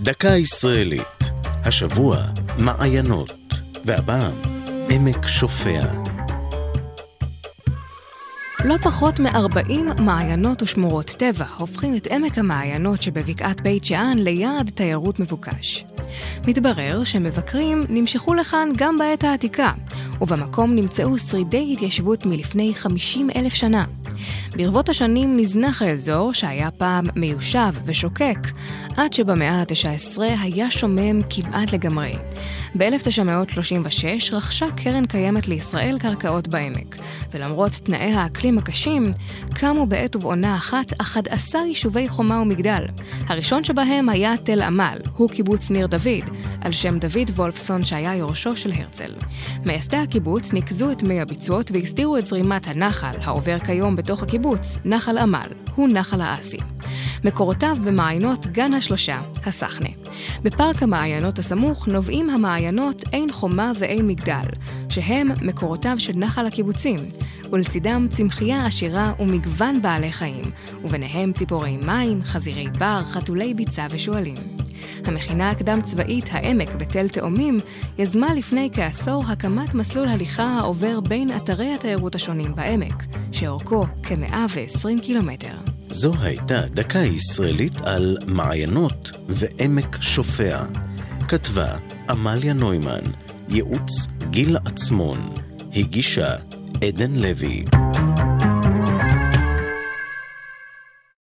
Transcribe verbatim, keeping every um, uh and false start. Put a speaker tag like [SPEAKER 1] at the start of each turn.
[SPEAKER 1] דקה ישראלית. השבוע מעיינות, והפעם עמק שופע.
[SPEAKER 2] לא פחות מ-ארבעים מעיינות ושמורות טבע הופכים את עמק המעיינות שבבקעת בית שאן ליעד תיירות מבוקש. מתברר שמבקרים נמשכו לכאן גם בעת העתיקה, ובמקום נמצאו שרידי התיישבות מלפני חמישים אלף שנה. ברבות השנים נזנח האזור שהיה פעם מיושב ושוקק, עד שבמאה ה-תשע עשרה היה שומם כמעט לגמרי. ב-אלף תשע מאות שלושים ושש רכשה קרן קיימת לישראל קרקעות בעמק, ולמרות תנאי האקלים הקשים, קמו בעת ובעונה אחת אחד עשר יישובי חומה ומגדל. הראשון שבהם היה תל עמל, הוא קיבוץ ניר דוד, על שם דוד וולפסון שהיה יורשו של הרצל. מייסדי הקיבוץ ניקזו את מי הביצות והסדירו את זרימת הנחל, העובר כיום בתוך הקיבוץ, נחל עמל, הוא נחל האסי. מקורותיו במעיינות גן השלושה, הסחנה. בפארק המעיינות הסמוך נובעים המעיינות אין חומה ואין מגדל, שהם מקורותיו של נחל הקיבוצים, ולצידם צמחייה עשירה ומגוון בעלי חיים, וביניהם ציפורי מים, חזירי בר, חתולי ביצה ושואלים. המכינה הקדם צבאית העמק בתל תאומים יזמה לפני כעשור הקמת מסלול הליכה העובר בין אתרי התיירות השונים בעמק, שאורכו כ-מאה ועשרים קילומטר.
[SPEAKER 1] זו הייתה דקה ישראלית על מעיינות ועמק שופע. כתבה אמליה נוימן, ייעוץ גיל עצמון, הגישה עדן לוי.